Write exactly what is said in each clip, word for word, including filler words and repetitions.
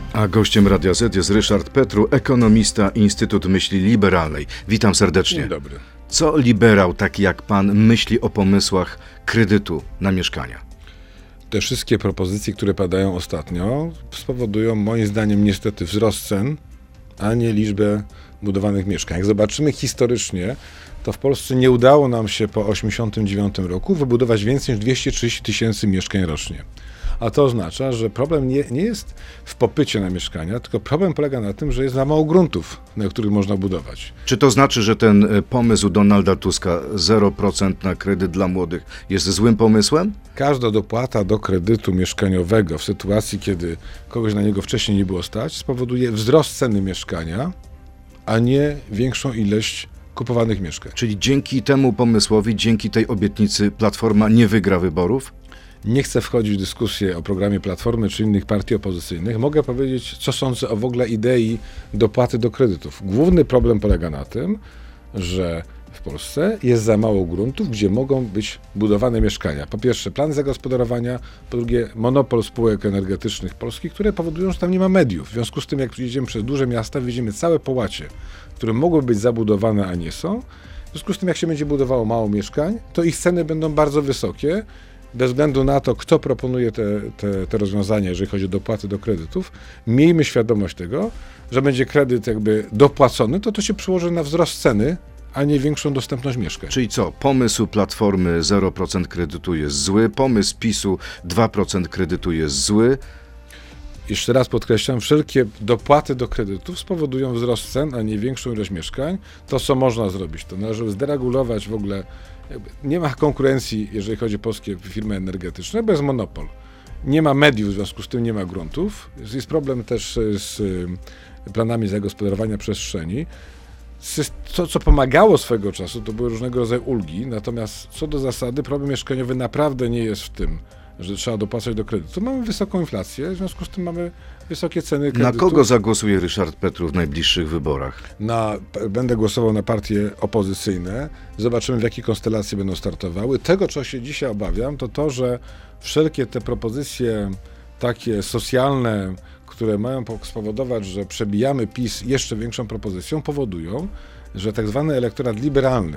A gościem Radia Z jest Ryszard Petru, ekonomista, Instytut Myśli Liberalnej. Witam serdecznie. Dzień dobry. Co liberał taki jak pan myśli o pomysłach kredytu na mieszkania? Te wszystkie propozycje, które padają ostatnio, spowodują moim zdaniem niestety wzrost cen, a nie liczbę budowanych mieszkań. Jak zobaczymy historycznie, to w Polsce nie udało nam się po tysiąc dziewięćset osiemdziesiątym dziewiątym roku wybudować więcej niż dwieście trzydzieści tysięcy mieszkań rocznie. A to oznacza, że problem nie, nie jest w popycie na mieszkania, tylko problem polega na tym, że jest za mało gruntów, na których można budować. Czy to znaczy, że ten pomysł Donalda Tuska zero procent na kredyt dla młodych jest złym pomysłem? Każda dopłata do kredytu mieszkaniowego w sytuacji, kiedy kogoś na niego wcześniej nie było stać, spowoduje wzrost ceny mieszkania, a nie większą ilość kupowanych mieszkań. Czyli dzięki temu pomysłowi, dzięki tej obietnicy Platforma nie wygra wyborów? Nie chcę wchodzić w dyskusję o programie Platformy czy innych partii opozycyjnych. Mogę powiedzieć, co sądzę o w ogóle idei dopłaty do kredytów. Główny problem polega na tym, że w Polsce jest za mało gruntów, gdzie mogą być budowane mieszkania. Po pierwsze plan zagospodarowania, po drugie monopol spółek energetycznych polskich, które powodują, że tam nie ma mediów. W związku z tym, jak przyjedziemy przez duże miasta, widzimy całe połacie, które mogły być zabudowane, a nie są. W związku z tym, jak się będzie budowało mało mieszkań, to ich ceny będą bardzo wysokie, bez względu na to, kto proponuje te, te, te rozwiązania, jeżeli chodzi o dopłaty do kredytów. Miejmy świadomość tego, że będzie kredyt jakby dopłacony, to to się przełoży na wzrost ceny, a nie większą dostępność mieszkań. Czyli co, pomysł Platformy zero procent kredytu jest zły, pomysł PiSu dwa procent kredytu jest zły. Jeszcze raz podkreślam, wszelkie dopłaty do kredytów spowodują wzrost cen, a nie większą ilość mieszkań. To, co można zrobić, to należy zderegulować w ogóle. Nie ma konkurencji, jeżeli chodzi o polskie firmy energetyczne, bez monopol. Nie ma mediów, w związku z tym nie ma gruntów. Jest problem też z planami zagospodarowania przestrzeni. To, co pomagało swego czasu, to były różnego rodzaju ulgi, natomiast co do zasady problem mieszkaniowy naprawdę nie jest w tym, że trzeba dopłacać do kredytu. Mamy wysoką inflację, w związku z tym mamy wysokie ceny kredytu. Na kogo zagłosuje Ryszard Petru w najbliższych wyborach? Na, będę głosował na partie opozycyjne. Zobaczymy, w jakiej konstelacji będą startowały. Tego, czego się dzisiaj obawiam, to to, że wszelkie te propozycje takie socjalne, które mają spowodować, że przebijamy PiS jeszcze większą propozycją, powodują, że tak zwany elektorat liberalny,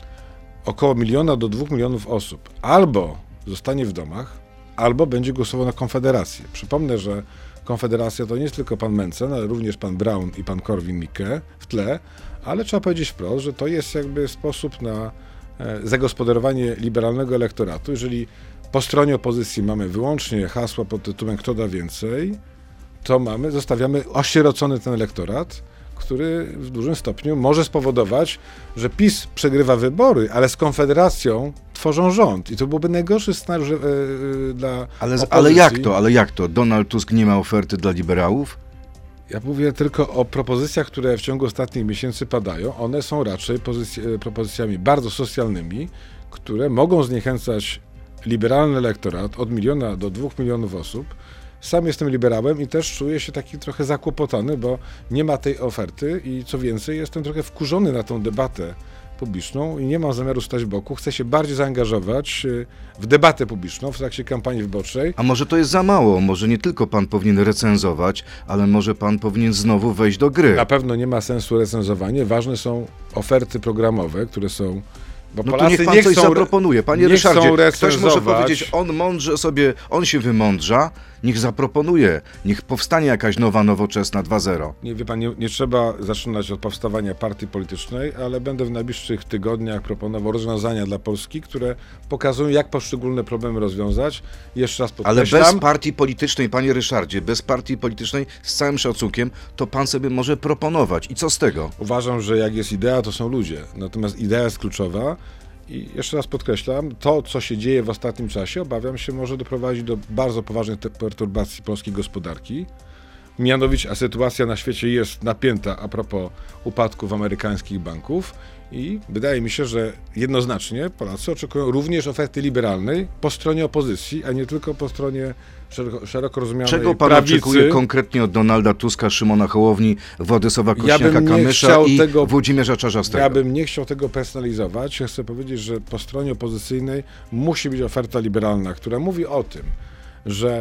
około miliona do dwóch milionów osób, albo zostanie w domach, albo będzie głosował na Konfederację. Przypomnę, że Konfederacja to nie jest tylko pan Mencen, ale również pan Braun i pan Korwin-Mikke w tle, ale trzeba powiedzieć wprost, że to jest jakby sposób na e, zagospodarowanie liberalnego elektoratu. Jeżeli po stronie opozycji mamy wyłącznie hasła pod tytułem kto da więcej, to mamy, zostawiamy osierocony ten elektorat, który w dużym stopniu może spowodować, że PiS przegrywa wybory, ale z Konfederacją tworzą rząd. I to byłby najgorszy scenariusz yy, yy, dla ale, opozycji. Ale jak to? Ale jak to? Donald Tusk nie ma oferty dla liberałów? Ja mówię tylko o propozycjach, które w ciągu ostatnich miesięcy padają. One są raczej pozyc- propozycjami bardzo socjalnymi, które mogą zniechęcać liberalny elektorat od miliona do dwóch milionów osób. Sam jestem liberałem i też czuję się taki trochę zakłopotany, bo nie ma tej oferty i co więcej, jestem trochę wkurzony na tą debatę publiczną i nie mam zamiaru stać w boku. Chcę się bardziej zaangażować w debatę publiczną w trakcie kampanii wyborczej. A może to jest za mało? Może nie tylko pan powinien recenzować, ale może pan powinien znowu wejść do gry? Na pewno nie ma sensu recenzowanie. Ważne są oferty programowe, które są... Bo no to niech pan coś zaproponuje. Panie Ryszardzie, ktoś może powiedzieć, on mądrze sobie, on się wymądrza, niech zaproponuje, niech powstanie jakaś nowa, nowoczesna dwa zero. Nie, wie pan, nie, nie trzeba zaczynać od powstawania partii politycznej, ale będę w najbliższych tygodniach proponował rozwiązania dla Polski, które pokazują, jak poszczególne problemy rozwiązać. Jeszcze raz podkreślam. Ale bez partii politycznej, panie Ryszardzie, bez partii politycznej, z całym szacunkiem, to pan sobie może proponować. I co z tego? Uważam, że jak jest idea, to są ludzie. Natomiast idea jest kluczowa. I jeszcze raz podkreślam, to, co się dzieje w ostatnim czasie, obawiam się, może doprowadzić do bardzo poważnych perturbacji polskiej gospodarki. Mianowicie, a sytuacja na świecie jest napięta a propos upadków amerykańskich banków i wydaje mi się, że jednoznacznie Polacy oczekują również oferty liberalnej po stronie opozycji, a nie tylko po stronie szeroko, szeroko rozumianej Czego pan prawicy. oczekuje konkretnie od Donalda Tuska, Szymona Hołowni, Władysława Kośniaka-Kamysza ja i tego, Włodzimierza Czarzastego? Ja bym nie chciał tego personalizować. Chcę powiedzieć, że po stronie opozycyjnej musi być oferta liberalna, która mówi o tym, że to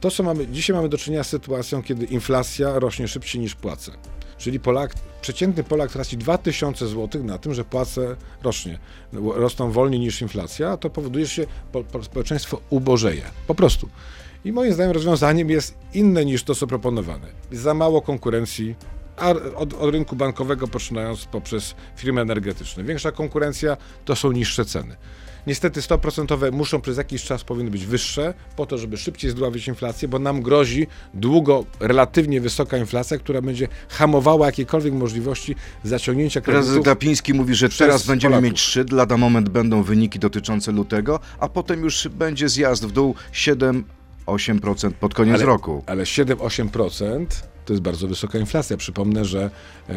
To, co mamy, dzisiaj mamy do czynienia z sytuacją, kiedy inflacja rośnie szybciej niż płace. Czyli Polak, przeciętny Polak traci dwa tysiące złotych na tym, że płace rośnie, rosną wolniej niż inflacja, a to powoduje, że się po, po społeczeństwo ubożeje. Po prostu. I moim zdaniem rozwiązaniem jest inne niż to, co proponowane. Jest za mało konkurencji, a od, od rynku bankowego poczynając poprzez firmy energetyczne. Większa konkurencja to są niższe ceny. Niestety sto procent muszą przez jakiś czas powinny być wyższe, po to, żeby szybciej zdławić inflację, bo nam grozi długo relatywnie wysoka inflacja, która będzie hamowała jakiekolwiek możliwości zaciągnięcia kredytów. Prezes Glapiński mówi, że teraz będziemy Polaków. mieć szczyt, lada moment będą wyniki dotyczące lutego, a potem już będzie zjazd w dół siedem osiem procent pod koniec ale, roku. Ale siedem osiem procent to jest bardzo wysoka inflacja. Przypomnę, że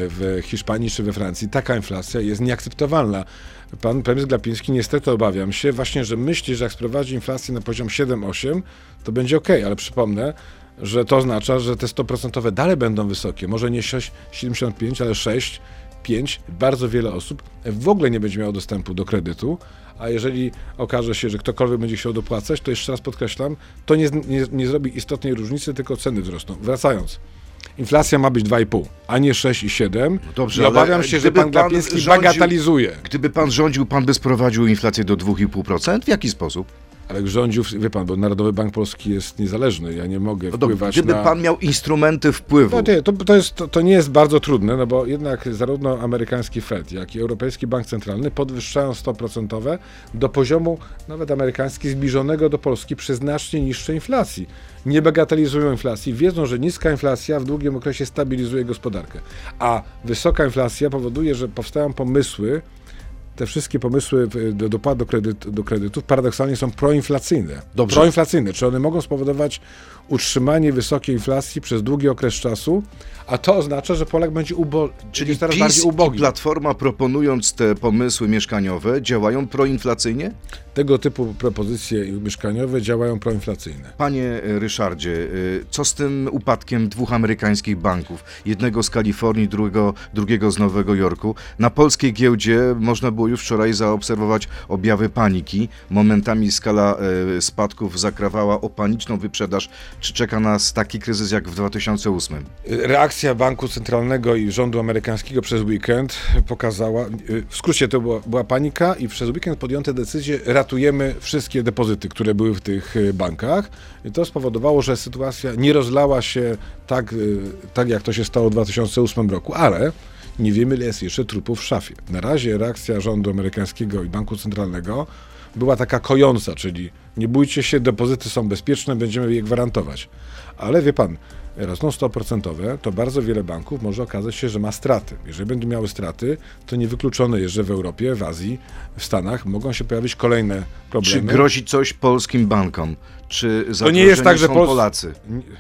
w Hiszpanii czy we Francji taka inflacja jest nieakceptowalna. Pan premier Glapiński, niestety obawiam się właśnie, że myśli, że jak sprowadzi inflację na poziom siedem osiem, to będzie ok, ale przypomnę, że to oznacza, że te sto procent dalej będą wysokie. Może nie sześć siedemdziesiąt pięć, ale sześć pięć. Bardzo wiele osób w ogóle nie będzie miało dostępu do kredytu, a jeżeli okaże się, że ktokolwiek będzie chciał dopłacać, to jeszcze raz podkreślam, to nie, nie, nie zrobi istotnej różnicy, tylko ceny wzrosną. Wracając. Inflacja ma być dwa i pół, a nie sześć i siedem. No dobrze, i obawiam się, że pan Glapiński bagatelizuje. Gdyby pan rządził, pan by sprowadził inflację do dwa i pół procent? W jaki sposób? Ale rządził, wie pan, bo Narodowy Bank Polski jest niezależny, ja nie mogę no wpływać gdyby na... pan miał instrumenty wpływu... No nie, to, to, jest, to, to nie jest bardzo trudne, no bo jednak zarówno amerykański Fed, jak i Europejski Bank Centralny podwyższają stopy procentowe do poziomu nawet amerykański zbliżonego do Polski przy znacznie niższej inflacji. Nie bagatelizują inflacji, wiedzą, że niska inflacja w długim okresie stabilizuje gospodarkę, a wysoka inflacja powoduje, że powstają pomysły, te wszystkie pomysły do dopłat do, kredyt, do kredytów paradoksalnie są proinflacyjne. Dobrze. Proinflacyjne, czy one mogą spowodować utrzymanie wysokiej inflacji przez długi okres czasu, a to oznacza, że Polak będzie ubo- Czyli coraz PiS bardziej ubogi. I Platforma, proponując te pomysły mieszkaniowe, działają proinflacyjnie? Tego typu propozycje mieszkaniowe działają proinflacyjne. Panie Ryszardzie, co z tym upadkiem dwóch amerykańskich banków? Jednego z Kalifornii, drugiego, drugiego z Nowego Jorku. Na polskiej giełdzie można było już wczoraj zaobserwować objawy paniki. Momentami skala spadków zakrawała o paniczną wyprzedaż. Czy czeka nas taki kryzys jak w dwa tysiące ósmym? Reakcja Banku Centralnego i rządu amerykańskiego przez weekend pokazała, w skrócie to była, była panika i przez weekend podjęte decyzje, ratujemy wszystkie depozyty, które były w tych bankach. I to spowodowało, że sytuacja nie rozlała się tak, tak jak to się stało w dwa tysiące ósmym roku, ale nie wiemy, ile jest jeszcze trupów w szafie. Na razie reakcja rządu amerykańskiego i Banku Centralnego była taka kojąca, czyli nie bójcie się, depozyty są bezpieczne, będziemy je gwarantować. Ale wie pan, rosną stopy procentowe, to bardzo wiele banków może okazać się, że ma straty. Jeżeli będą miały straty, to niewykluczone jest, że w Europie, w Azji, w Stanach mogą się pojawić kolejne problemy. Czy grozi coś polskim bankom? Czy to nie jest tak, że są Pol- Polacy?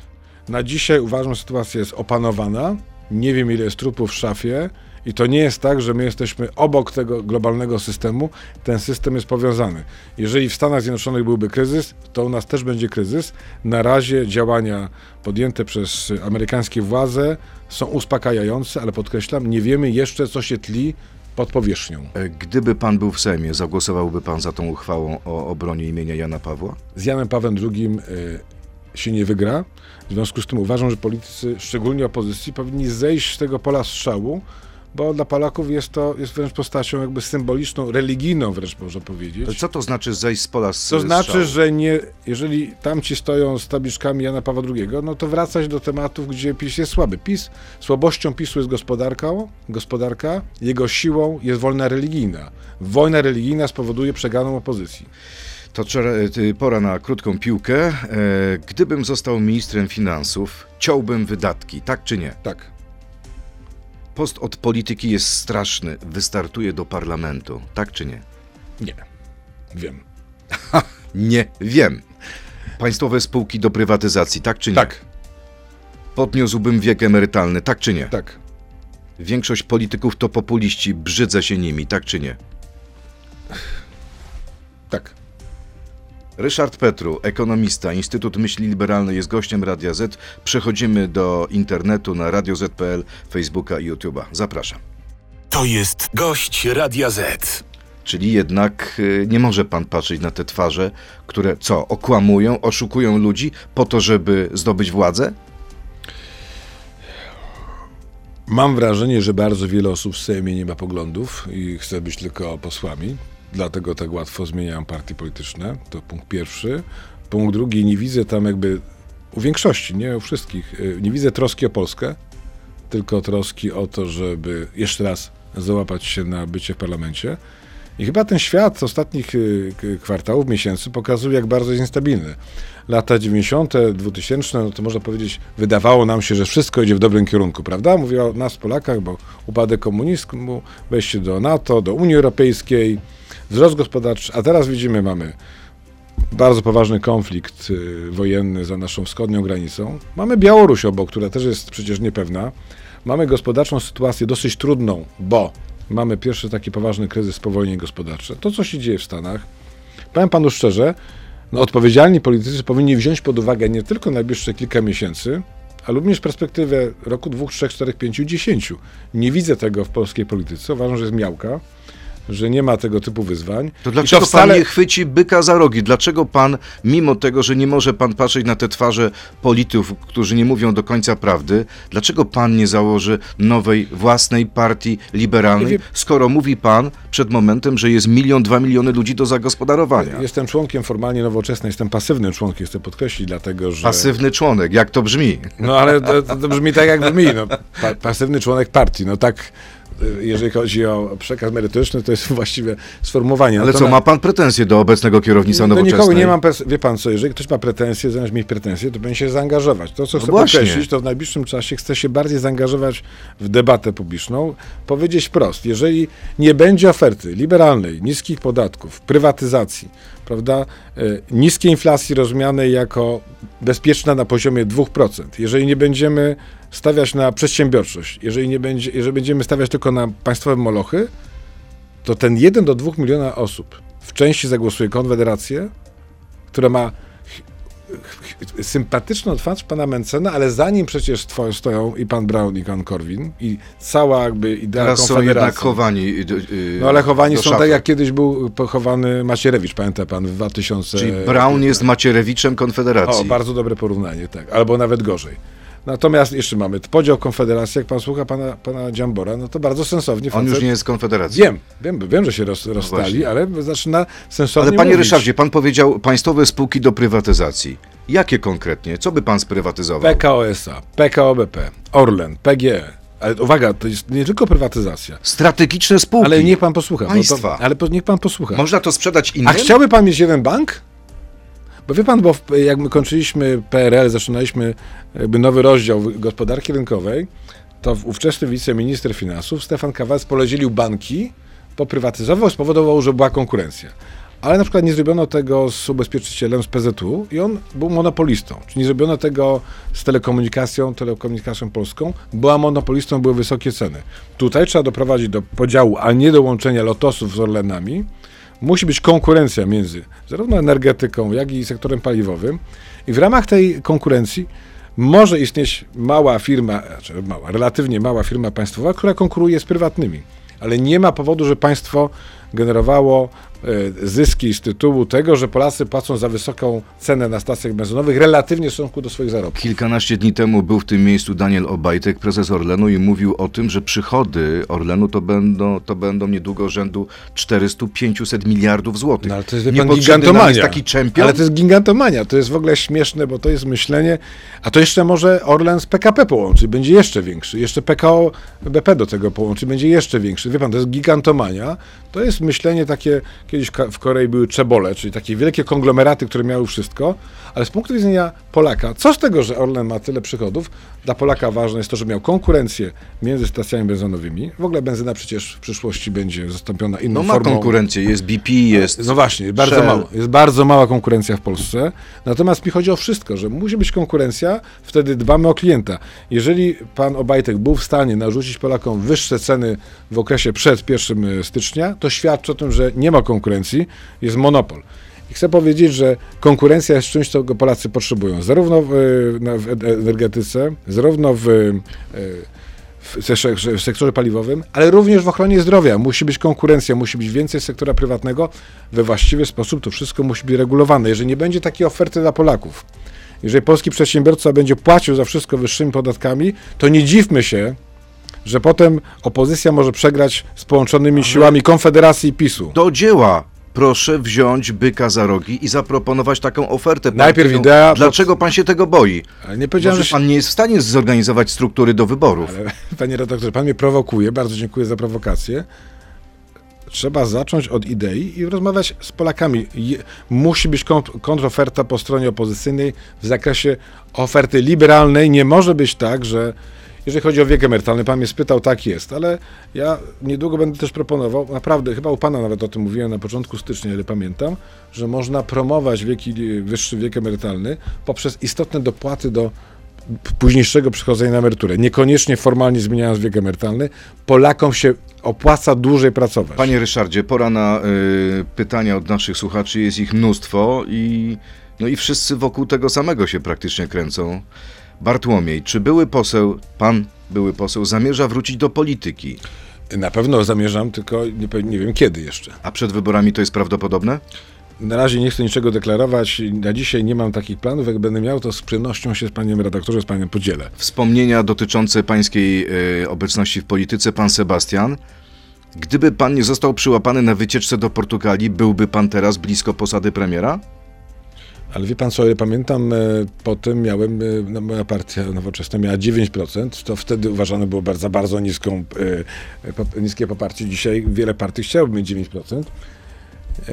Na dzisiaj uważam, że sytuacja jest opanowana. Nie wiem, ile jest trupów w szafie. I to nie jest tak, że my jesteśmy obok tego globalnego systemu, ten system jest powiązany. Jeżeli w Stanach Zjednoczonych byłby kryzys, to u nas też będzie kryzys. Na razie działania podjęte przez amerykańskie władze są uspokajające, ale podkreślam, nie wiemy jeszcze, co się tli pod powierzchnią. Gdyby pan był w Sejmie, zagłosowałby pan za tą uchwałą o obronie imienia Jana Pawła? Z Janem Pawłem drugim y, się nie wygra. W związku z tym uważam, że politycy, szczególnie opozycji, powinni zejść z tego pola strzału, bo dla Polaków jest to jest wręcz postacią jakby symboliczną, religijną wręcz można powiedzieć. To co to znaczy zejść z pola strzału? To znaczy, że nie, jeżeli tamci stoją z tabliczkami Jana Pawła drugiego, no to wracać do tematów, gdzie PiS jest słaby. PiS, słabością PiSu jest gospodarką, gospodarka, jego siłą jest wojna religijna. Wojna religijna spowoduje przegraną opozycji. To pora na krótką piłkę. Gdybym został ministrem finansów, ciąłbym wydatki, tak czy nie? Tak. Post od polityki jest straszny. Wystartuje do parlamentu. Tak czy nie? Nie. Wiem. Ha, nie wiem. Państwowe spółki do prywatyzacji. Tak czy nie? Tak. Podniósłbym wiek emerytalny. Tak czy nie? Tak. Większość polityków to populiści. Brzydzę się nimi. Tak czy nie? Tak. Ryszard Petru, ekonomista, Instytut Myśli Liberalnej, jest gościem Radia Z. Przechodzimy do internetu na radio zet kropka pe el, Facebooka i YouTube'a. Zapraszam. To jest gość Radia Z. Czyli jednak y, nie może pan patrzeć na te twarze, które co, okłamują, oszukują ludzi po to, żeby zdobyć władzę? Mam wrażenie, że bardzo wiele osób w Sejmie nie ma poglądów i chce być tylko posłami. Dlatego tak łatwo zmieniają partie polityczne. To punkt pierwszy. Punkt drugi, nie widzę tam jakby u większości, nie u wszystkich, nie widzę troski o Polskę, tylko troski o to, żeby jeszcze raz załapać się na bycie w parlamencie. I chyba ten świat ostatnich kwartałów, miesięcy pokazuje, jak bardzo jest niestabilny. Lata dziewięćdziesiąte, dwutysięczne, no to można powiedzieć, wydawało nam się, że wszystko idzie w dobrym kierunku, prawda? Mówiła o nas, Polakach, bo upadek komunizmu, wejście do NATO, do Unii Europejskiej, wzrost gospodarczy, a teraz widzimy, mamy bardzo poważny konflikt wojenny za naszą wschodnią granicą. Mamy Białoruś obok, która też jest przecież niepewna. Mamy gospodarczą sytuację dosyć trudną, bo mamy pierwszy taki poważny kryzys po wojnie gospodarczej. To, co się dzieje w Stanach, powiem panu szczerze, no, odpowiedzialni politycy powinni wziąć pod uwagę nie tylko najbliższe kilka miesięcy, ale również perspektywę roku, dwóch, trzech, czterech, pięciu, dziesięciu. Nie widzę tego w polskiej polityce. Uważam, że jest miałka, że nie ma tego typu wyzwań. To dlaczego to wcale... pan nie chwyci byka za rogi? Dlaczego pan, mimo tego, że nie może pan patrzeć na te twarze polityków, którzy nie mówią do końca prawdy, dlaczego pan nie założy nowej, własnej partii liberalnej, wie... skoro mówi pan przed momentem, że jest milion, dwa miliony ludzi do zagospodarowania? Jestem członkiem formalnie Nowoczesnej, jestem pasywnym członkiem, chcę podkreślić, dlatego że... Pasywny członek, jak to brzmi? No ale to, to brzmi tak, jak brzmi. No, pa, pasywny członek partii, no tak... Jeżeli chodzi o przekaz merytoryczny, to jest właściwie sformułowanie. Ale no to co, na... ma pan pretensje do obecnego kierownictwa do Nowoczesnej? nikogo nie mam, pres... wie pan co, jeżeli ktoś ma pretensje, zamiast mieć pretensje, to powinien się zaangażować. To, co no chcę właśnie. podkreślić, to w najbliższym czasie chcę się bardziej zaangażować w debatę publiczną, powiedzieć wprost, jeżeli nie będzie oferty liberalnej, niskich podatków, prywatyzacji, prawda, y, niskiej inflacji rozumianej jako bezpieczna na poziomie dwóch procent, jeżeli nie będziemy stawiać na przedsiębiorczość, jeżeli, nie będzie, jeżeli będziemy stawiać tylko na państwowe molochy, to ten jeden do dwóch miliona osób w części zagłosuje Konfederację, która ma sympatyczną twarz pana Mencena, ale za nim przecież stoją i pan Braun, i pan Korwin, i cała jakby idea Teraz Konfederacji. są jednak chowani. Yy, no ale chowani są szafy. tak, jak kiedyś był pochowany Macierewicz, pamięta pan, w dwa tysiące... Czyli Braun jest Macierewiczem Konfederacji. O, bardzo dobre porównanie, tak. Albo nawet gorzej. Natomiast jeszcze mamy podział Konfederacji, jak pan słucha pana, pana Dziambora, no to bardzo sensownie. On facet, już nie jest z Konfederacji. Wiem, wiem, wiem, że się roz, rozstali, no ale zaczyna sensownie Ale panie mówić. Ryszardzie, pan powiedział państwowe spółki do prywatyzacji. Jakie konkretnie? Co by pan sprywatyzował? P K O S A, P K O B P, Orlen, P G E. Ale uwaga, to jest nie tylko prywatyzacja. Strategiczne spółki. Ale niech pan posłucha. Państwa. To, ale po, niech pan posłucha. Można to sprzedać innym? A chciałby pan mieć jeden bank? Bo wie pan, bo w, jak my kończyliśmy P R L, zaczynaliśmy jakby nowy rozdział gospodarki rynkowej, to ówczesny wiceminister finansów Stefan Kawalec poledzielił banki, poprywatyzował, spowodował, że była konkurencja. Ale na przykład nie zrobiono tego z ubezpieczycielem z P Z U i on był monopolistą. Czyli nie zrobiono tego z telekomunikacją, telekomunikacją polską. Była monopolistą, były wysokie ceny. Tutaj trzeba doprowadzić do podziału, a nie do łączenia Lotosów z Orlenami. Musi być konkurencja między zarówno energetyką, jak i sektorem paliwowym. I w ramach tej konkurencji może istnieć mała firma, znaczy mała, relatywnie mała firma państwowa, która konkuruje z prywatnymi. Ale nie ma powodu, że państwo generowało e, zyski z tytułu tego, że Polacy płacą za wysoką cenę na stacjach benzynowych relatywnie w stosunku do swoich zarobków. Kilkanaście dni temu był w tym miejscu Daniel Obajtek, prezes Orlenu, i mówił o tym, że przychody Orlenu to będą, to będą niedługo rzędu czterysta do pięciuset miliardów złotych. No, ale to jest, wie pan, Niepotrzebny nam gigantomania. jest taki czempion? Ale to jest gigantomania. To jest w ogóle śmieszne, bo to jest myślenie, a to jeszcze może Orlen z P K P połączy, będzie jeszcze większy. Jeszcze P K O B P do tego połączy, będzie jeszcze większy. Wie pan, to jest gigantomania. To jest myślenie takie, kiedyś w Korei były czebole, czyli takie wielkie konglomeraty, które miały wszystko, ale z punktu widzenia Polaka, co z tego, że Orlen ma tyle przychodów? Dla Polaka ważne jest to, że miał konkurencję między stacjami benzynowymi. W ogóle benzyna przecież w przyszłości będzie zastąpiona inną No ma formą. konkurencję, jest B P, jest No właśnie, jest bardzo, mało, jest bardzo mała konkurencja w Polsce. Natomiast mi chodzi o wszystko, że musi być konkurencja, wtedy dbamy o klienta. Jeżeli pan Obajtek był w stanie narzucić Polakom wyższe ceny w okresie przed pierwszego stycznia, to świadczy o tym, że nie ma konkurencji, jest monopol. I chcę powiedzieć, że konkurencja jest czymś, czego Polacy potrzebują. Zarówno w, w energetyce, zarówno w, w sektorze, w sektorze paliwowym, ale również w ochronie zdrowia. Musi być konkurencja, musi być więcej sektora prywatnego. We właściwy sposób to wszystko musi być regulowane. Jeżeli nie będzie takiej oferty dla Polaków, jeżeli polski przedsiębiorca będzie płacił za wszystko wyższymi podatkami, to nie dziwmy się, że potem opozycja może przegrać z połączonymi siłami Konfederacji i PiSu. Do dzieła! Proszę wziąć byka za rogi i zaproponować taką ofertę. Najpierw idea... Dlaczego pan się tego boi? Ale nie powiedziałem, Może że... pan nie jest w stanie zorganizować struktury do wyborów. Ale, panie redaktorze, pan mnie prowokuje, bardzo dziękuję za prowokację. Trzeba zacząć od idei i rozmawiać z Polakami. Je, musi być kont- kontroferta po stronie opozycyjnej w zakresie oferty liberalnej. Nie może być tak, że jeżeli chodzi o wiek emerytalny, pan mnie spytał, tak jest, ale ja niedługo będę też proponował, naprawdę, chyba u pana nawet o tym mówiłem na początku stycznia, ile pamiętam, że można promować wieki, wyższy wiek emerytalny poprzez istotne dopłaty do późniejszego przechodzenia na emeryturę. Niekoniecznie formalnie zmieniając wiek emerytalny, Polakom się opłaca dłużej pracować. Panie Ryszardzie, pora na y, pytania od naszych słuchaczy, jest ich mnóstwo i, no i wszyscy wokół tego samego się praktycznie kręcą. Bartłomiej, czy były poseł, pan były poseł, zamierza wrócić do polityki? Na pewno zamierzam, tylko nie, nie wiem kiedy jeszcze. A przed wyborami to jest prawdopodobne? Na razie nie chcę niczego deklarować. Na dzisiaj nie mam takich planów. Jak będę miał, to z przyjemnością się z panem redaktorze, z panem podzielę. Wspomnienia dotyczące pańskiej y, obecności w polityce, pan Sebastian. Gdyby pan nie został przyłapany na wycieczce do Portugalii, byłby pan teraz blisko posady premiera? Ale wie pan co, ja pamiętam, po tym miałem, no, moja partia Nowoczesna miała dziewięć procent, to wtedy uważane było bardzo, bardzo niską, e, niskie poparcie. Dzisiaj wiele partii chciałoby mieć dziewięć procent. E,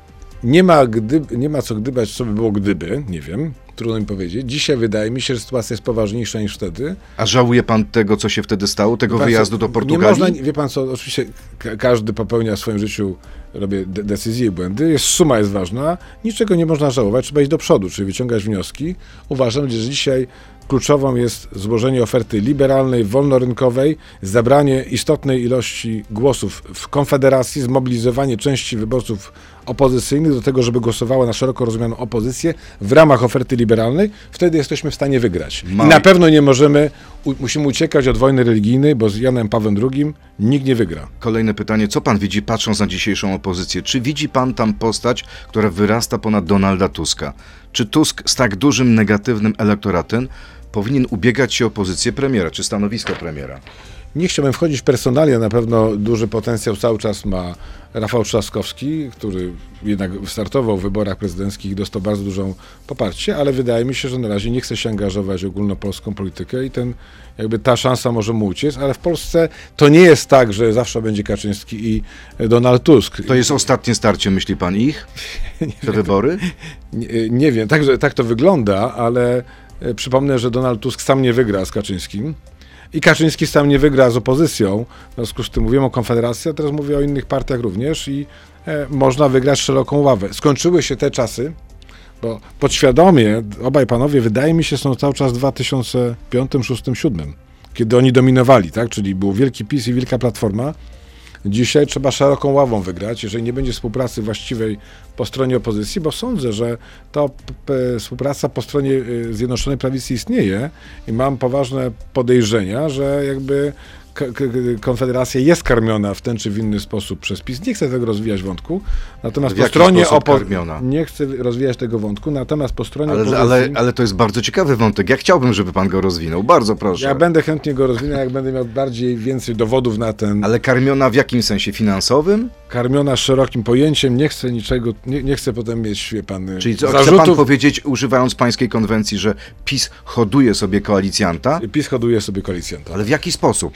nie ma, gdyby, nie ma co gdybać, co by było gdyby, nie wiem, trudno mi powiedzieć. Dzisiaj wydaje mi się, że sytuacja jest poważniejsza niż wtedy. A żałuje pan tego, co się wtedy stało, tego Pan wyjazdu co, do Portugalii? Nie można, wie pan co, oczywiście ka- każdy popełnia w swoim życiu, robię de- decyzje i błędy, jest, suma jest ważna, niczego nie można żałować, trzeba iść do przodu, czyli wyciągać wnioski. Uważam, że dzisiaj kluczową jest złożenie oferty liberalnej, wolnorynkowej, zabranie istotnej ilości głosów w Konfederacji, zmobilizowanie części wyborców opozycyjnych do tego, żeby głosowała na szeroko rozumianą opozycję w ramach oferty liberalnej, wtedy jesteśmy w stanie wygrać. Mam... I na pewno nie możemy, u, musimy uciekać od wojny religijnej, bo z Janem Pawłem drugim nikt nie wygra. Kolejne pytanie, co pan widzi patrząc na dzisiejszą opozycję? Czy widzi pan tam postać, która wyrasta ponad Donalda Tuska? Czy Tusk z tak dużym negatywnym elektoratem powinien ubiegać się o pozycję premiera, czy stanowisko premiera? Nie chciałbym wchodzić w personalia, na pewno duży potencjał cały czas ma Rafał Trzaskowski, który jednak startował w wyborach prezydenckich i dostał bardzo dużą poparcie, ale wydaje mi się, że na razie nie chce się angażować w ogólnopolską politykę i ten, jakby ta szansa może mu uciec, ale w Polsce to nie jest tak, że zawsze będzie Kaczyński i Donald Tusk. To jest ostatnie starcie, myśli pan, ich? Te wybory? Nie, nie wiem, tak, tak to wygląda, ale przypomnę, że Donald Tusk sam nie wygra z Kaczyńskim. I Kaczyński sam nie wygra z opozycją, w związku z tym mówimy o Konfederacji, a teraz mówię o innych partiach również i e, można wygrać szeroką ławę. Skończyły się te czasy, bo podświadomie obaj panowie, wydaje mi się, są cały czas w dwa tysiące piątym, szóstym, siódmym, kiedy oni dominowali, tak? Czyli był wielki PiS i wielka Platforma. Dzisiaj trzeba szeroką ławą wygrać, jeżeli nie będzie współpracy właściwej po stronie opozycji, bo sądzę, że ta p- współpraca po stronie y, Zjednoczonej Prawicy istnieje i mam poważne podejrzenia, że jakby k- k- Konfederacja jest karmiona w ten czy w inny sposób przez PiS. Nie chcę tego rozwijać wątku, natomiast W po jaki stronie sposób opo- karmiona? nie chcę rozwijać tego wątku, natomiast po stronie Ale, opozycji... ale, ale to jest bardzo ciekawy wątek. Ja chciałbym, żeby pan go rozwinął. Bardzo proszę. Ja będę chętnie go rozwinął, jak będę miał bardziej, więcej dowodów na ten... Ale karmiona w jakim sensie? Finansowym? Karmiona szerokim pojęciem, nie chcę niczego, nie, nie chcę potem mieć, wie pan, Czyli co, zarzutów. chce pan powiedzieć, używając pańskiej konwencji, że PiS hoduje sobie koalicjanta? PiS hoduje sobie koalicjanta. Ale w jaki sposób?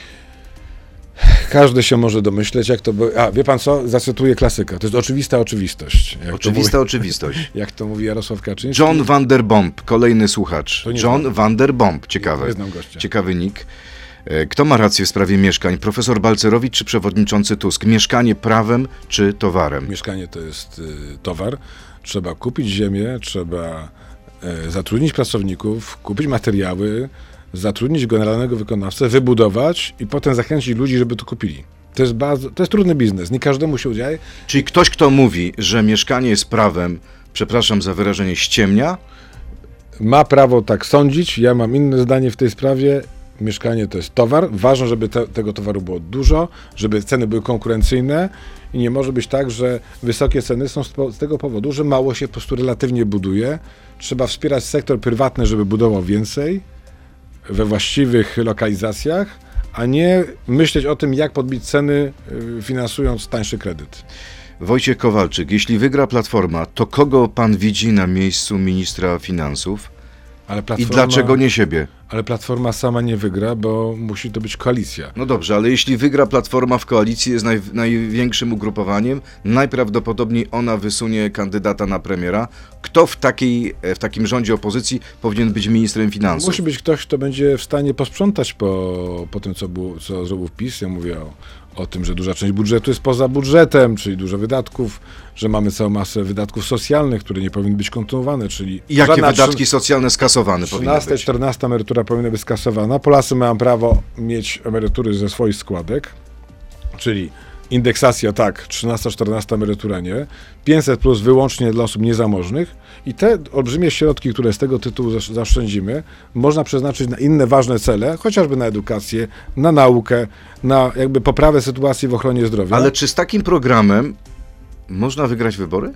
Każdy się może domyśleć, jak to było. A, wie pan co? Zacytuję klasyka. To jest oczywista oczywistość. Jak Oczywista to mówi, oczywistość. jak to mówi Jarosław Kaczyński. John van der Bomb, kolejny słuchacz. To nie John znam. van der Bomb, ciekawe. Nie znam gościa. Ciekawy nick. E, Kto ma rację w sprawie mieszkań? Profesor Balcerowicz czy przewodniczący Tusk? Mieszkanie prawem czy towarem? Mieszkanie to jest y, towar. Trzeba kupić ziemię, trzeba y, zatrudnić pracowników, kupić materiały, zatrudnić generalnego wykonawcę, wybudować i potem zachęcić ludzi, żeby to kupili. To jest bardzo, to jest trudny biznes. Nie każdemu się udaje. Czyli ktoś, kto mówi, że mieszkanie jest prawem, przepraszam za wyrażenie, ściemnia? Ma prawo tak sądzić, ja mam inne zdanie w tej sprawie. mieszkanie to jest towar, ważne, żeby te, tego towaru było dużo, żeby ceny były konkurencyjne i nie może być tak, że wysokie ceny są z, po, z tego powodu, że mało się po prostu relatywnie buduje. Trzeba wspierać sektor prywatny, żeby budował więcej we właściwych lokalizacjach, a nie myśleć o tym, jak podbić ceny, yy, finansując tańszy kredyt. Wojciech Kowalczyk, jeśli wygra Platforma, to kogo pan widzi na miejscu ministra finansów? Ale I Platforma, dlaczego nie siebie? Ale Platforma sama nie wygra, bo musi to być koalicja. No dobrze, ale jeśli wygra Platforma w koalicji, jest naj, największym ugrupowaniem, najprawdopodobniej ona wysunie kandydata na premiera. Kto w, takiej, w takim rządzie opozycji powinien być ministrem finansów? Musi być ktoś, kto będzie w stanie posprzątać po, po tym, co, było, co zrobił PiS. Ja mówię o, o tym, że duża część budżetu jest poza budżetem, czyli dużo wydatków, że mamy całą masę wydatków socjalnych, które nie powinny być kontynuowane, czyli... I jakie żadna wydatki socjalne skasowane powinny trzynasta, być? czternasta emerytura powinna być skasowana. Polacy mają prawo mieć emerytury ze swoich składek, czyli indeksacja tak, trzynasta, czternasta emerytura nie, pięćset plus wyłącznie dla osób niezamożnych i te olbrzymie środki, które z tego tytułu zasz- zaoszczędzimy, można przeznaczyć na inne ważne cele, chociażby na edukację, na naukę, na jakby poprawę sytuacji w ochronie zdrowia. Ale czy z takim programem można wygrać wybory?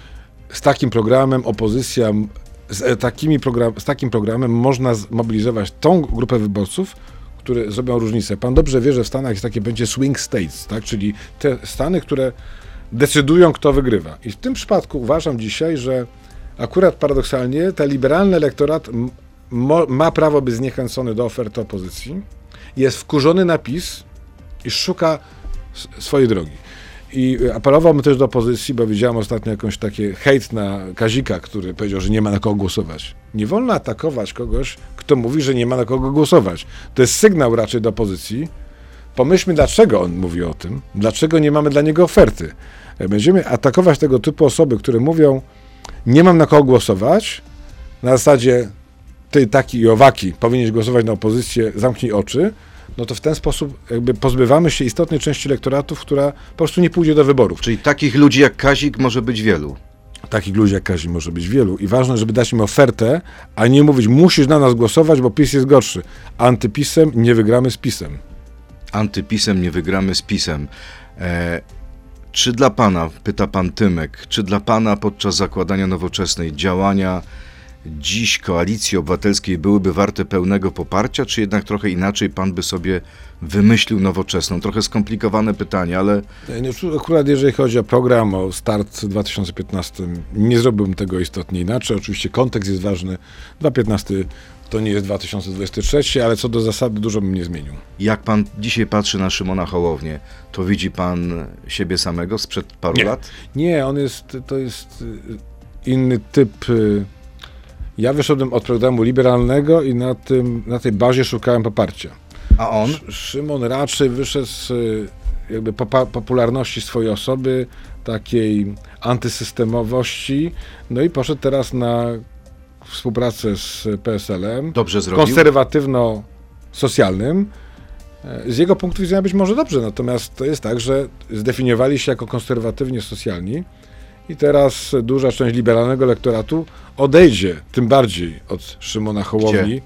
Z takim programem opozycja, z, e, takimi program, z takim programem można zmobilizować tą grupę wyborców, które zrobią różnicę. Pan dobrze wie, że w Stanach jest takie będzie swing states, tak? Czyli te stany, które decydują, kto wygrywa. I w tym przypadku uważam dzisiaj, że akurat paradoksalnie ten liberalny elektorat m- mo- ma prawo być zniechęcony do oferty opozycji, jest wkurzony na PiS i szuka s- swojej drogi. I apelowałbym też do opozycji, bo widziałem ostatnio jakąś takie hejt na Kazika, który powiedział, że nie ma na kogo głosować. Nie wolno atakować kogoś, kto mówi, że nie ma na kogo głosować. To jest sygnał raczej do opozycji. Pomyślmy, dlaczego on mówi o tym, dlaczego nie mamy dla niego oferty. Będziemy atakować tego typu osoby, które mówią, nie mam na kogo głosować, na zasadzie ty, taki i owaki, powinieneś głosować na opozycję, zamknij oczy, no to w ten sposób jakby pozbywamy się istotnej części elektoratów, która po prostu nie pójdzie do wyborów. Czyli takich ludzi jak Kazik może być wielu. Takich ludzi jak Kazik może być wielu i ważne, żeby dać im ofertę, a nie mówić, musisz na nas głosować, bo PiS jest gorszy. Antypisem nie wygramy z PiSem. Antypisem nie wygramy z PiSem. E, czy dla pana, pyta pan Tymek, czy dla pana podczas zakładania Nowoczesnej działania dziś Koalicji Obywatelskiej byłyby warte pełnego poparcia, czy jednak trochę inaczej pan by sobie wymyślił Nowoczesną? Trochę skomplikowane pytanie, ale... No, akurat jeżeli chodzi o program, o start w dwa tysiące piętnastym, nie zrobiłbym tego istotnie inaczej. Oczywiście kontekst jest ważny. dwa tysiące piętnasty to nie jest dwa tysiące dwudziesty trzeci, ale co do zasady dużo bym nie zmienił. Jak pan dzisiaj patrzy na Szymona Hołownię, to widzi pan siebie samego sprzed paru Nie. lat? Nie, on jest, to jest inny typ. Ja wyszedłem od programu liberalnego i na, tym, na tej bazie szukałem poparcia. A on? Sz- Szymon raczej wyszedł z jakby popa- popularności swojej osoby, takiej antysystemowości, no i poszedł teraz na współpracę z P S L-em. Dobrze zrobił? Konserwatywno-socjalnym. Z jego punktu widzenia być może dobrze, natomiast to jest tak, że zdefiniowali się jako konserwatywnie socjalni i teraz duża część liberalnego elektoratu odejdzie, tym bardziej od Szymona Hołowni. Gdzie?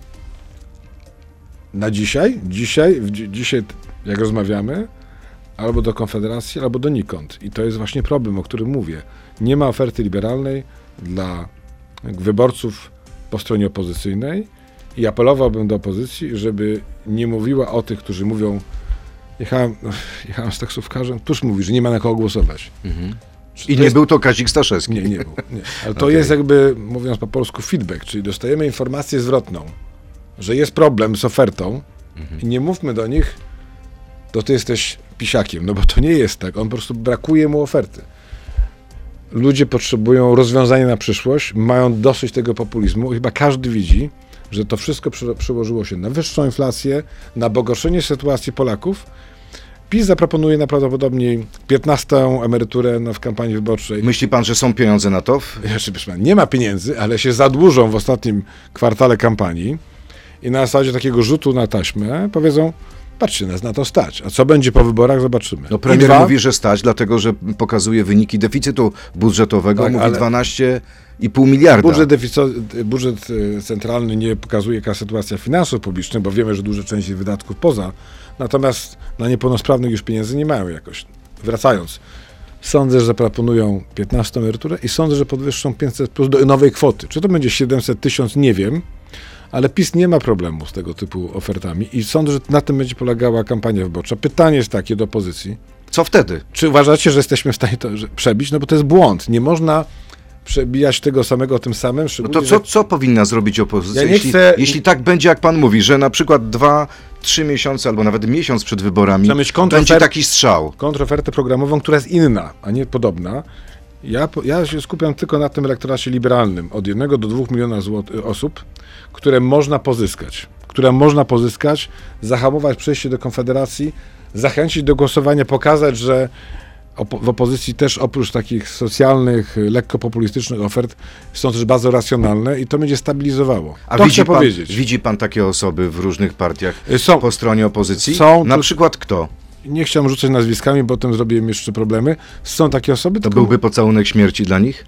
Na dzisiaj, dzisiaj, w, dzi- dzisiaj jak rozmawiamy, albo do Konfederacji, albo donikąd. I to jest właśnie problem, o którym mówię. Nie ma oferty liberalnej dla wyborców po stronie opozycyjnej i apelowałbym do opozycji, żeby nie mówiła o tych, którzy mówią, jechałem, jechałem z taksówkarzem, tuż mówi, że nie ma na kogo głosować. Mhm. Czy I to nie jest... był to Kazik Staszewski. Nie, nie był. Nie. Ale to Okej. jest jakby, mówiąc po polsku, feedback, czyli dostajemy informację zwrotną, że jest problem z ofertą i nie mówmy do nich, to ty jesteś pisiakiem, no bo to nie jest tak. On po prostu brakuje mu oferty. Ludzie potrzebują rozwiązania na przyszłość, mają dosyć tego populizmu. Chyba każdy widzi, że to wszystko przy- przełożyło się na wyższą inflację, na pogorszenie sytuacji Polaków. PiS zaproponuje najprawdopodobniej piętnastą emeryturę no, w kampanii wyborczej. Myśli pan, że są pieniądze na to? Jeszcze proszę pana, nie ma pieniędzy, ale się zadłużą w ostatnim kwartale kampanii i na zasadzie takiego rzutu na taśmę powiedzą, patrzcie, nas na to stać. A co będzie po wyborach, zobaczymy. No premier dwa, mówi, że stać, dlatego że pokazuje wyniki deficytu budżetowego, Tak, mówi ale- dwanaście i pół miliarda. Budżet, defico- budżet y, centralny nie pokazuje, jaka sytuacja finansów publicznych, bo wiemy, że duża część jest wydatków poza. Natomiast na niepełnosprawnych już pieniędzy nie mają jakoś. Wracając, sądzę, że zaproponują piętnastą emeryturę i sądzę, że podwyższą pięćset plus do nowej kwoty. Czy to będzie siedemset, tysiąc, nie wiem, ale PiS nie ma problemu z tego typu ofertami i sądzę, że na tym będzie polegała kampania wyborcza. Pytanie jest takie do opozycji. Co wtedy? Czy uważacie, że jesteśmy w stanie to że przebić? No bo to jest błąd. Nie można przebijać tego samego tym samym. No szczególnie, to co, że- co powinna zrobić opozycja, Ja nie jeśli, chcę- jeśli tak będzie, jak pan mówi, że na przykład dwa, trzy miesiące albo nawet miesiąc przed wyborami Trzeba mieć kontrofer- będzie taki strzał? Kontrofertę programową, która jest inna, a nie podobna. Ja, po- ja się skupiam tylko na tym elektoracie liberalnym, od jednego do dwóch miliona złot- osób, które można pozyskać. Które można pozyskać, zahamować przejście do Konfederacji, zachęcić do głosowania, pokazać, że opo- w opozycji też oprócz takich socjalnych, lekko populistycznych ofert są też bardzo racjonalne i to będzie stabilizowało. A to widzi chcę pan, powiedzieć. widzi pan takie osoby w różnych partiach Są. po stronie opozycji? Są, Na tu- przykład kto? Nie chciałem rzucać nazwiskami, bo potem zrobiłem jeszcze problemy. Są takie osoby, To tylko byłby pocałunek śmierci dla nich?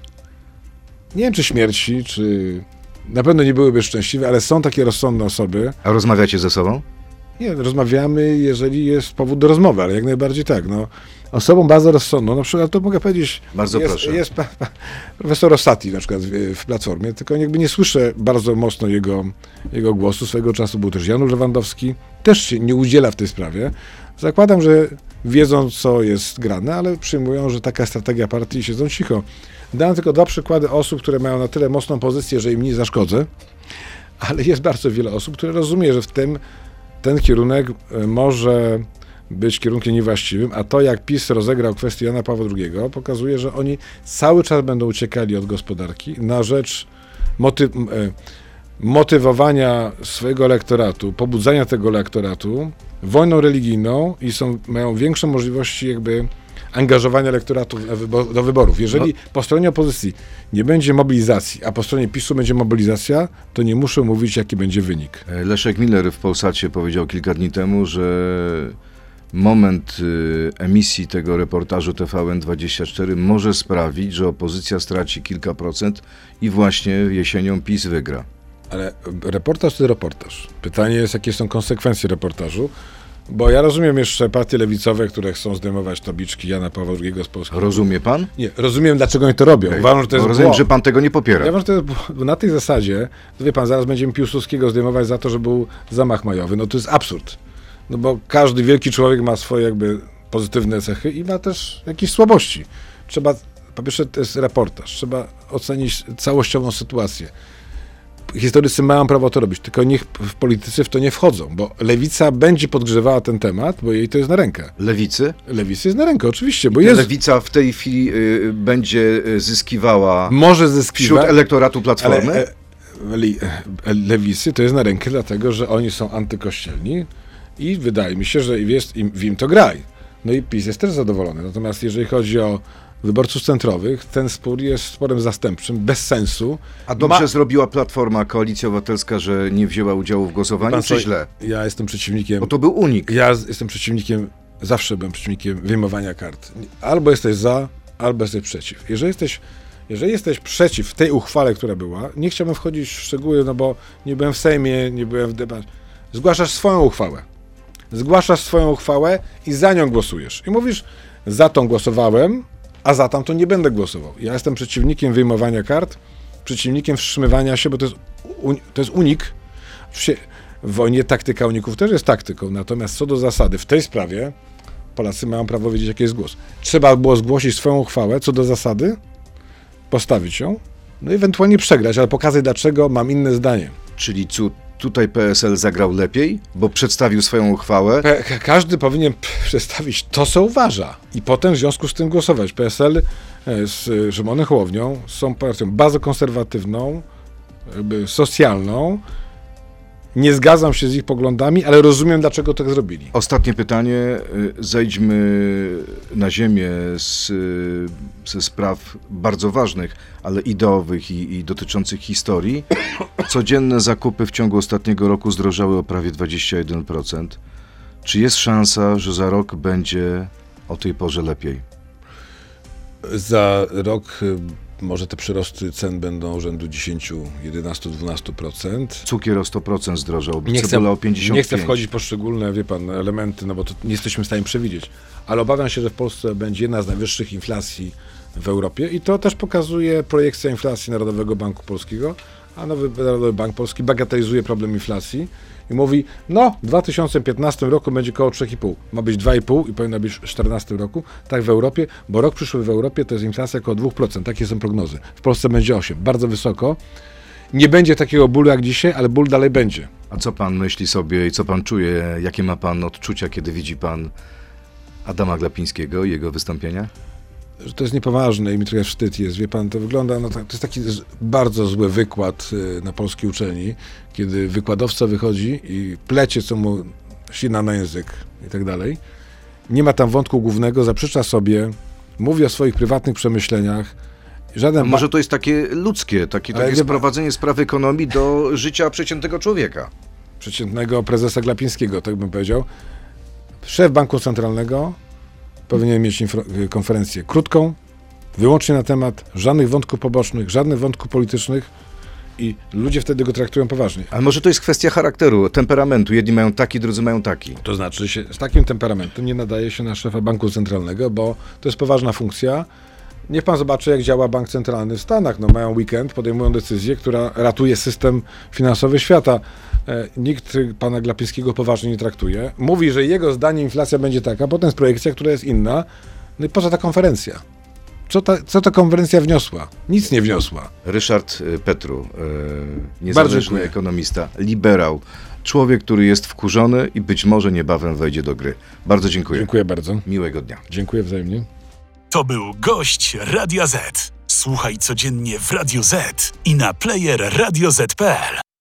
nie wiem czy śmierci, czy na pewno nie byłyby szczęśliwe, ale są takie rozsądne osoby. A rozmawiacie ze sobą? Nie, rozmawiamy, jeżeli jest powód do rozmowy, ale jak najbardziej tak. No. Osobą bardzo rozsądną, na przykład to mogę powiedzieć, Bardzo jest, proszę. jest pa, pa, profesor Rosati na przykład w, w Platformie, tylko jakby nie słyszę bardzo mocno jego, jego głosu. Swego czasu był też Janusz Lewandowski, też się nie udziela w tej sprawie. Zakładam, że wiedzą, co jest grane, ale przyjmują, że taka strategia partii i siedzą cicho. Dam tylko dwa przykłady osób, które mają na tyle mocną pozycję, że im nie zaszkodzę, ale jest bardzo wiele osób, które rozumie, że w tym ten kierunek e, może być kierunkiem niewłaściwym, a to jak PiS rozegrał kwestię Jana Pawła drugiego, pokazuje, że oni cały czas będą uciekali od gospodarki na rzecz moty- m, e, motywowania swojego elektoratu, pobudzania tego elektoratu wojną religijną i są, mają większe możliwości jakby angażowania elektoratu na wybo- do wyborów. Jeżeli po stronie opozycji nie będzie mobilizacji, a po stronie PiSu będzie mobilizacja, to nie muszę mówić, jaki będzie wynik. Leszek Miller w Polsacie powiedział kilka dni temu, że moment y, emisji tego reportażu T V N dwadzieścia cztery może sprawić, że opozycja straci kilka procent i właśnie jesienią PiS wygra. Ale reportaż to jest reportaż. Pytanie jest, jakie są konsekwencje reportażu, bo ja rozumiem jeszcze partie lewicowe, które chcą zdejmować tabliczki Jana Pawła drugiego z Polski. Rozumie pan? Nie, rozumiem, dlaczego oni to robią. Uważam, że to jest Bo rozumiem, błąd. że pan tego nie popiera. Ja uważam, że to jest błąd, bo na tej zasadzie, to wie pan, zaraz będziemy Piłsudskiego zdejmować za to, że był zamach majowy. No to jest absurd. No bo każdy wielki człowiek ma swoje jakby pozytywne cechy i ma też jakieś słabości. Trzeba, po pierwsze to jest reportaż, trzeba ocenić całościową sytuację. Historycy mają prawo to robić, tylko niech w politycy w to nie wchodzą, bo lewica będzie podgrzewała ten temat, bo jej to jest na rękę. Lewicy? Lewicy jest na rękę, oczywiście, bo jest, Lewica w tej chwili y, będzie y, zyskiwała może wśród zyskiwać, elektoratu ale Platformy? e, le, e, lewicy to jest na rękę, dlatego że oni są antykościelni i wydaje mi się, że jest im, w im to graj. No i PiS jest też zadowolony. Natomiast jeżeli chodzi o wyborców centrowych, ten spór jest sporem zastępczym, bez sensu. A dobrze Ma- zrobiła Platforma, Koalicja Obywatelska, że nie wzięła udziału w głosowaniu, Pan czy co, źle? Ja jestem przeciwnikiem. Bo to był unik. Ja z- jestem przeciwnikiem, zawsze byłem przeciwnikiem wyjmowania kart. Albo jesteś za, albo jesteś przeciw. Jeżeli jesteś, jeżeli jesteś przeciw tej uchwale, która była, nie chciałbym wchodzić w szczegóły, no bo nie byłem w Sejmie, nie byłem w debacie. Zgłaszasz swoją uchwałę. Zgłaszasz swoją uchwałę i za nią głosujesz. I mówisz, za tą głosowałem, a za tamtą nie będę głosował. Ja jestem przeciwnikiem wyjmowania kart, przeciwnikiem wstrzymywania się, bo to jest, un- to jest unik. Oczywiście w wojnie taktyka uników też jest taktyką, natomiast co do zasady, w tej sprawie Polacy mają prawo wiedzieć, jaki jest głos. Trzeba było zgłosić swoją uchwałę, co do zasady, postawić ją, no i ewentualnie przegrać, ale pokazać, dlaczego mam inne zdanie. Czyli cu, tutaj P S L zagrał lepiej, bo przedstawił swoją uchwałę. Pe- ka- każdy powinien p- przedstawić to, co uważa i potem w związku z tym głosować. P S L e, z e, Szymonem Hołownią są partią bardzo konserwatywną, jakby socjalną. Nie zgadzam się z ich poglądami, ale rozumiem, dlaczego tak zrobili. Ostatnie pytanie. Y, Zejdźmy na ziemię z, y, ze spraw bardzo ważnych, ale ideowych i, i dotyczących historii. Codzienne zakupy w ciągu ostatniego roku zdrożały o prawie dwadzieścia jeden procent. Czy jest szansa, że za rok będzie o tej porze lepiej? Za rok y, może te przyrosty cen będą rzędu dziesięć, jedenaście, dwanaście procent. Cukier o sto procent zdrożał, Nie chcę, cebula o pięćdziesiąt pięć procent. nie chcę wchodzić w poszczególne, wie pan, elementy, no bo to nie jesteśmy w stanie przewidzieć. Ale obawiam się, że w Polsce będzie jedna z najwyższych inflacji w Europie i to też pokazuje projekcja inflacji Narodowego Banku Polskiego, a Nowy Narodowy Bank Polski bagatelizuje problem inflacji i mówi, no w dwa tysiące piętnastym roku będzie koło trzy i pół. Ma być dwa i pół i powinna być w dwa tysiące czternastym roku, tak w Europie, bo rok przyszły w Europie to jest inflacja około dwa procent, takie są prognozy. W Polsce będzie osiem, bardzo wysoko. Nie będzie takiego bólu jak dzisiaj, ale ból dalej będzie. A co pan myśli sobie i co pan czuje, jakie ma pan odczucia, kiedy widzi pan Adama Glapińskiego i jego wystąpienia? Że to jest niepoważne i mi trochę wstyd jest, wie pan, to wygląda, no tak, to jest taki z- bardzo zły wykład y, na polskiej uczelni, kiedy wykładowca wychodzi i plecie, co mu ślina na język i tak dalej. Nie ma tam wątku głównego, zaprzecza sobie, mówi o swoich prywatnych przemyśleniach. Żaden A może to jest takie ludzkie, takie, Ale takie nie- sprowadzenie spraw ekonomii do życia przeciętnego człowieka. przeciętnego prezesa Glapińskiego, tak bym powiedział. Szef Banku Centralnego powinien mieć info- konferencję krótką, wyłącznie na temat żadnych wątków pobocznych, żadnych wątków politycznych i ludzie wtedy go traktują poważnie. Ale może to jest kwestia charakteru, temperamentu. Jedni mają taki, drudzy mają taki. To znaczy się z takim temperamentem nie nadaje się na szefa Banku Centralnego, bo to jest poważna funkcja. Niech pan zobaczy, jak działa Bank Centralny w Stanach. No, mają weekend, podejmują decyzję, która ratuje system finansowy świata. E, nikt pana Glapińskiego poważnie nie traktuje. Mówi, że jego zdaniem inflacja będzie taka, potem jest projekcja, która jest inna. No i po co ta konferencja? Co ta, co ta konferencja wniosła? Nic nie wniosła. Ryszard y, Petru, y, niezależny dziękuję. ekonomista, liberał, człowiek, który jest wkurzony i być może niebawem wejdzie do gry. Bardzo dziękuję. Dziękuję bardzo. Miłego dnia. Dziękuję wzajemnie. To był gość Radia Z. Słuchaj codziennie w Radio Z i na player radio zet kropka pe el.